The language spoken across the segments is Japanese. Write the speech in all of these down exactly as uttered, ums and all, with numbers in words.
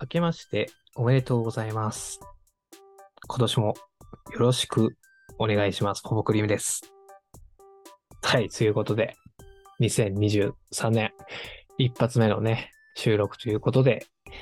けましておめでとうございます。今年もよろしくお願いします。ポポクリームです。はい、ということで、にせんにじゅうさんねん一発目のね、収録ということで、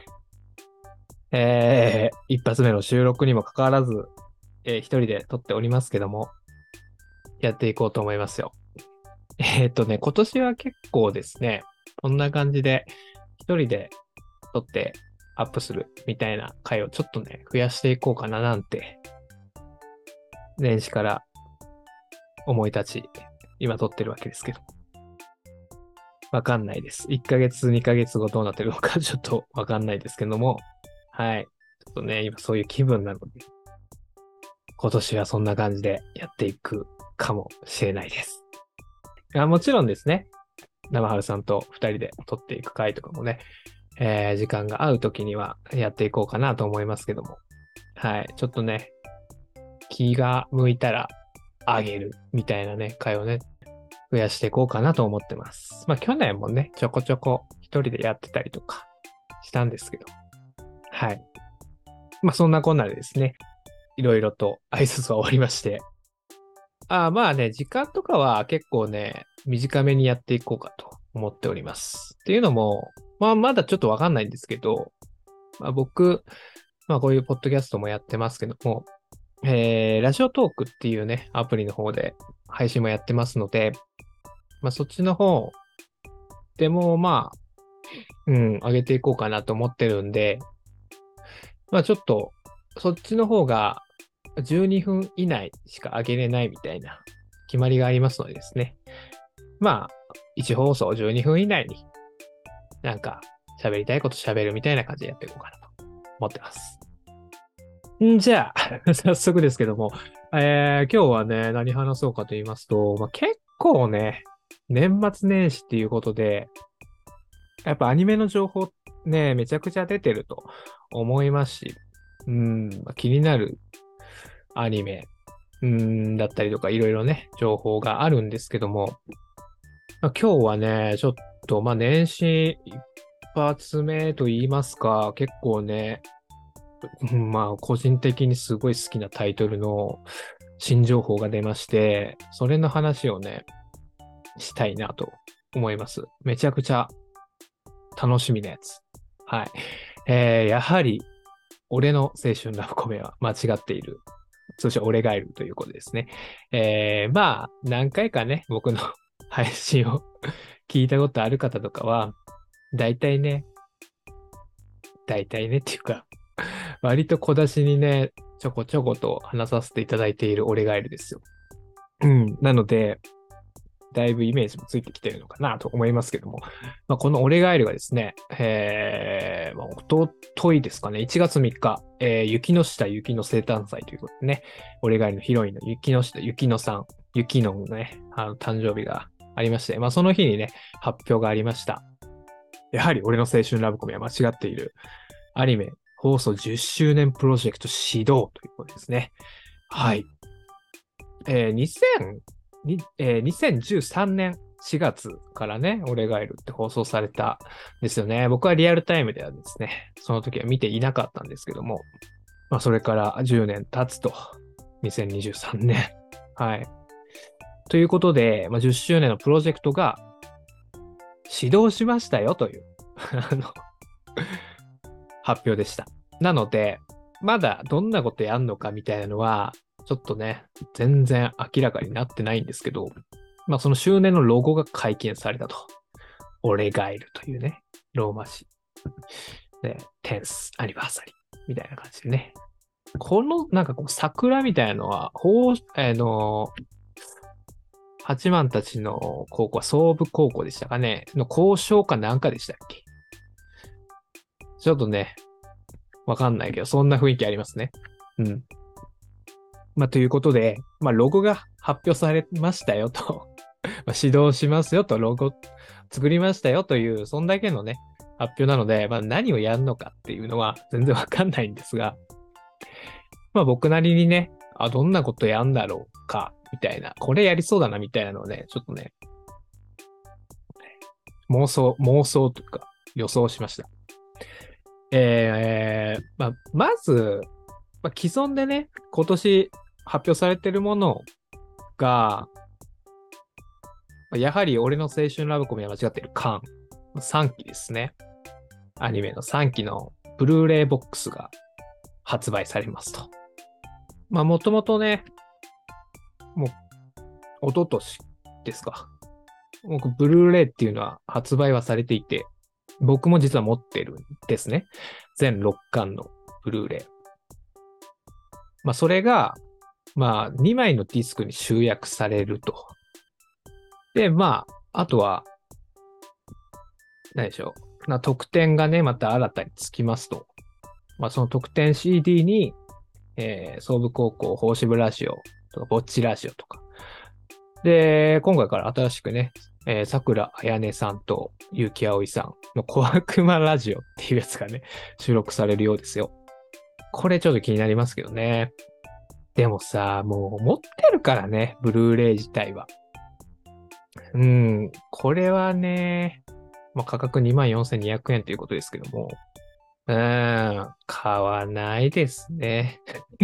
えー、一発目の収録にもかかわらず、えー一人で撮っておりますけども、やっていこうと思いますよ。えーっとね、今年は結構ですね、こんな感じで一人で撮ってアップするみたいな回をちょっとね、増やしていこうかななんて、年始から思い立ち、今撮ってるわけですけど。わかんないです。いっかげつ、にかげつごどうなってるのかちょっとわかんないですけども、はい。ちょっとね、今そういう気分なので、今年はそんな感じでやっていくかもしれないです。あ、もちろんですね、生春さんとふたりで撮っていく回とかもね、えー時間が合う時にはやっていこうかなと思いますけども、はい。ちょっとね、気が向いたらあげるみたいなね、回をね、増やしていこうかなと思ってます。まあ去年もね、ちょこちょこ一人でやってたりとかしたんですけど、はい。まあそんなこんなでですね、いろいろと挨拶は終わりまして、ああまあね、時間とかは結構ね、短めにやっていこうかと思っております。っていうのも、まあまだちょっとわかんないんですけど、まあ僕、まあこういうポッドキャストもやってますけども、えー、ラジオトークっていうね、アプリの方で配信もやってますので、まあそっちの方でもまあ、うん、上げていこうかなと思ってるんで、まあちょっと、そっちの方がじゅうにふん以内しか上げれないみたいな決まりがありますのでですね。まあ、いち放送じゅうにふん以内になんか喋りたいこと喋るみたいな感じでやっていこうかなと思ってます。んじゃあ、早速ですけども、えー、今日はね、何話そうかと言いますと、まあ、結構ね、年末年始っていうことで、やっぱアニメの情報ね、めちゃくちゃ出てると思いますし、うん、まあ気になるアニメ、うん、だったりとかいろいろね、情報があるんですけども、まあ、今日はね、ちょっと、まあ年始一発目と言いますか、結構ね、うんまあ個人的にすごい好きなタイトルの新情報が出まして、それの話をね、したいなと思います。めちゃくちゃ楽しみなやつ。はい。えー、やはり、俺の青春ラブコメは間違っている。通称、俺がいるということですね。えー、まあ、何回かね、僕の配信を聞いたことある方とかは、大体ね、大体ねっていうか、割と小出しにね、ちょこちょこと話させていただいている俺がいるですよ。うん。なので、だいぶイメージもついてきてるのかなと思いますけども、まあ、この俺ガエルがですね、えー、まあ、おとといですかね、いちがつみっか、えー、雪の下雪の生誕祭ということでね、俺ガエルのヒロインの雪の下雪のさん、雪のね、あの誕生日がありまして、まあ、その日にね、発表がありました。やはり俺の青春ラブコメは間違っている。アニメ放送じゅっしゅうねんプロジェクト始動ということですね。はい。えー、にせんにえーにせんじゅうさんねんしがつからね、俺がいるって放送されたんですよね。僕はリアルタイムではですね、その時は見ていなかったんですけども、まあ、それからじゅうねん経つと、にせんにじゅうさんねん。はい。ということで、まあ、じゅっしゅうねんのプロジェクトが始動しましたよというあの発表でした。なので、まだどんなことやんのかみたいなのは、ちょっとね、全然明らかになってないんですけど、まあその周年のロゴが解禁されたと。俺がいるというね、ローマ字。で、テンスアニバーサリーみたいな感じでね。このなんかこう桜みたいなのは、ほう、あの、八幡たちの高校は総武高校でしたかねの交渉かなんかでしたっけ。ちょっとね、わかんないけど、そんな雰囲気ありますね。うん。まあ、ということで、まあ、ロゴが発表されましたよとまあ、指導しますよと、ロゴ作りましたよという、そんだけのね、発表なので、まあ、何をやるのかっていうのは全然わかんないんですが、まあ、僕なりにね、あ、どんなことやんだろうか、みたいな、これやりそうだな、みたいなのをね、ちょっとね、妄想、妄想というか、予想しました。 えーまあ、まず、まあ、既存でね、今年発表されてるものが、まあやはり俺の青春ラブコメは間違ってるカンさんきですね。アニメのさんきのブルーレイボックスが発売されますと。まあもともとね、もう一昨年ですか。もうブルーレイっていうのは発売はされていて、僕も実は持ってるんですね。全ろっかんのブルーレイ。まあそれが、まあにまいのディスクに集約されると。で、まあ、あとは、何でしょう。な特典がね、また新たにつきますと。まあその特典 シーディー に、えー、総武高校法支部ラジオとか、ぼっちラジオとか。で、今回から新しくね、えー、桜彩音さんと結城葵さんの小悪魔ラジオっていうやつがね、収録されるようですよ。これちょっと気になりますけどね。でもさ、もう持ってるからね、ブルーレイ自体は。うん、これはね、まあ、価格にまんよんせんにひゃくえんということですけども、うん、買わないですね。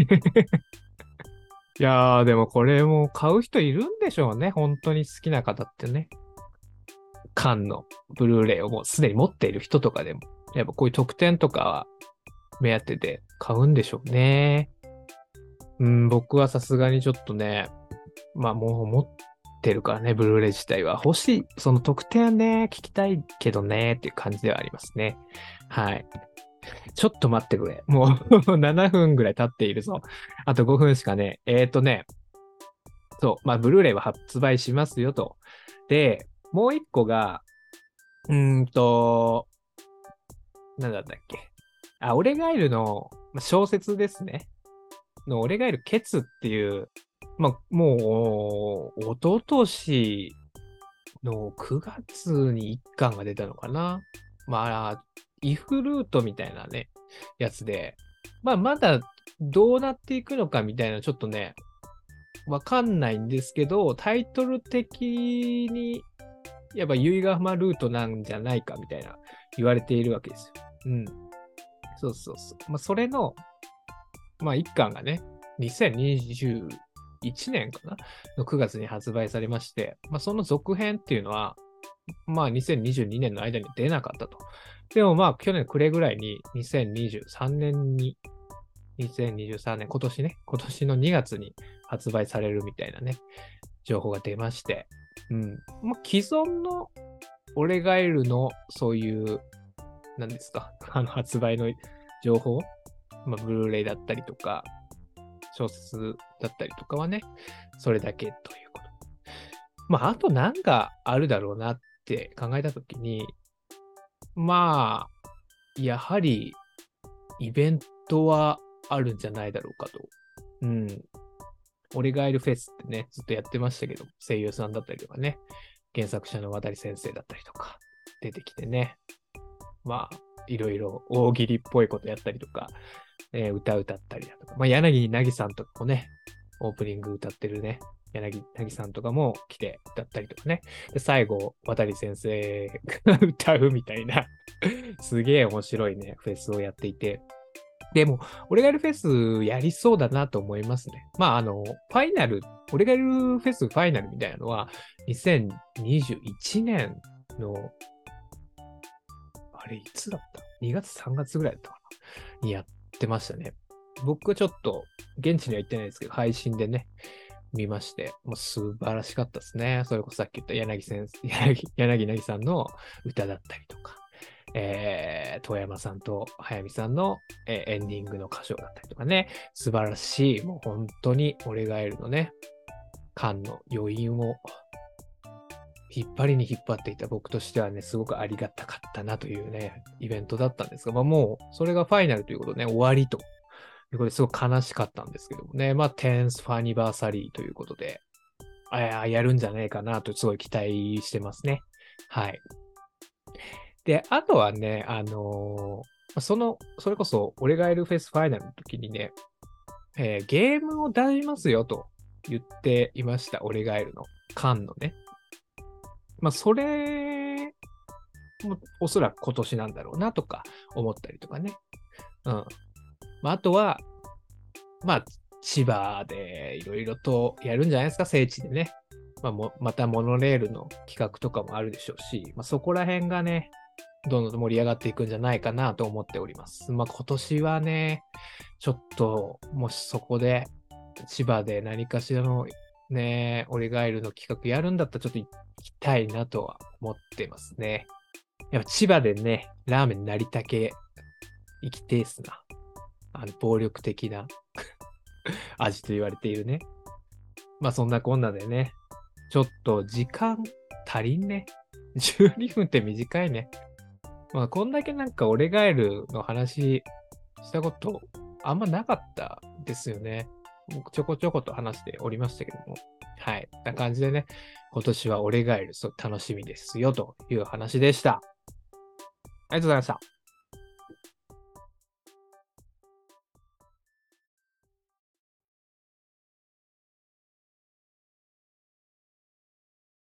いやー、でもこれも買う人いるんでしょうね。本当に好きな方ってね。缶のブルーレイをもうすでに持っている人とかでも、やっぱこういう特典とかは目当てで買うんでしょうね。うん、僕はさすがにちょっとね、まあもう持ってるからね、ブルーレイ自体は。欲しい、その特典ね、聞きたいけどね、っていう感じではありますね。はい。ちょっと待ってくれ。もうななふんぐらい経っているぞ。あとごふんしかね。えーとね、そう、まあ、ブルーレイは発売しますよと。で、もう一個が、うーんと、なんだったっけ。あ、俺ガエルのまあ小説ですね。の俺ガエルケツっていう、まあ、もう、一昨年のくがつに一巻が出たのかな。まあ、イフルートみたいなね、やつで、まあ、まだどうなっていくのかみたいな、ちょっとね、わかんないんですけど、タイトル的に、やっぱ由比ヶ浜ルートなんじゃないかみたいな言われているわけですよ。うん。そうそうそう。まあ、それの、まあ、一巻がね、にせんにじゅういちねんかなのくがつに発売されまして、まあ、その続編っていうのは、まあ、にせんにじゅうにねんの間に出なかったと。でもまあ、去年暮れぐらいににせんにじゅうさんねんに、にせんにじゅうさんねん、今年ね、今年のにがつに発売されるみたいなね、情報が出まして、うん。まあ、既存の俺ガエルのそういう、何ですか、あの発売の情報、まあ、ブルーレイだったりとか、小説だったりとかはね、それだけということ。まあ、あとなんかあるだろうなって考えたときに、まあ、やはりイベントはあるんじゃないだろうかと。うん。俺ガエルフェスってね、ずっとやってましたけど、声優さんだったりとかね、原作者の渡先生だったりとか、出てきてね、まあ、いろいろ大喜利っぽいことやったりとか、えー歌歌ったりだとか、まあ、柳凪さんとかもね、オープニング歌ってるね、柳凪さんとかも来て歌ったりとかね。で、最後、渡先生が歌うみたいなすげえ面白いね、フェスをやっていて。でも、俺がやるフェスやりそうだなと思いますね。まあ、あの、ファイナル、俺がやるフェスファイナルみたいなのは、にせんにじゅういちねんの、あれ、いつだった ?に 月さんがつぐらいだったかなにやってましたね。僕はちょっと、現地には行ってないですけど、配信でね、見まして、もう素晴らしかったですね。それこそさっき言った柳先生、柳、柳凪さんの歌だったりとか、えー、遠山さんと早見さんの、えーエンディングの歌唱だったりとかね、素晴らしい、もう本当に俺がエルのね、缶の余韻を引っ張りに引っ張っていた僕としてはね、すごくありがたかったなというね、イベントだったんですが、まあもう、それがファイナルということでね、終わりということですごく悲しかったんですけどもね、まあ、テンスファニバーサリーということで、あや、やるんじゃないかなとすごい期待してますね。はい。で、あとはね、あのーその、それこそ、俺がやるフェスファイナルの時にね、えーゲームを出しますよと言っていました。俺がやるの。缶のね。まあ、それもおそらく今年なんだろうなとか思ったりとかね。 うん。まあ、あとは、まあ、千葉でいろいろとやるんじゃないですか、聖地でね。まあ、もまたモノレールの企画とかもあるでしょうし、まあ、そこら辺がね、どんどん盛り上がっていくんじゃないかなと思っております。まあ、今年はね、ちょっと、もしそこで、千葉で何かしらのね、オリガエルの企画やるんだったらちょっと行きたいなとは思ってますね。やっぱ千葉でね、ラーメンなりたけ行きてえっすな。あの、暴力的な味と言われているね。まあそんなこんなでね、ちょっと時間足りんね。じゅうにふんって短いね。まあこんだけなんかオレガエルの話したことあんまなかったですよね。僕ちょこちょこと話しておりましたけども。はい。な感じでね、今年はオレガエルそう楽しみですよという話でした。ありがとうございました。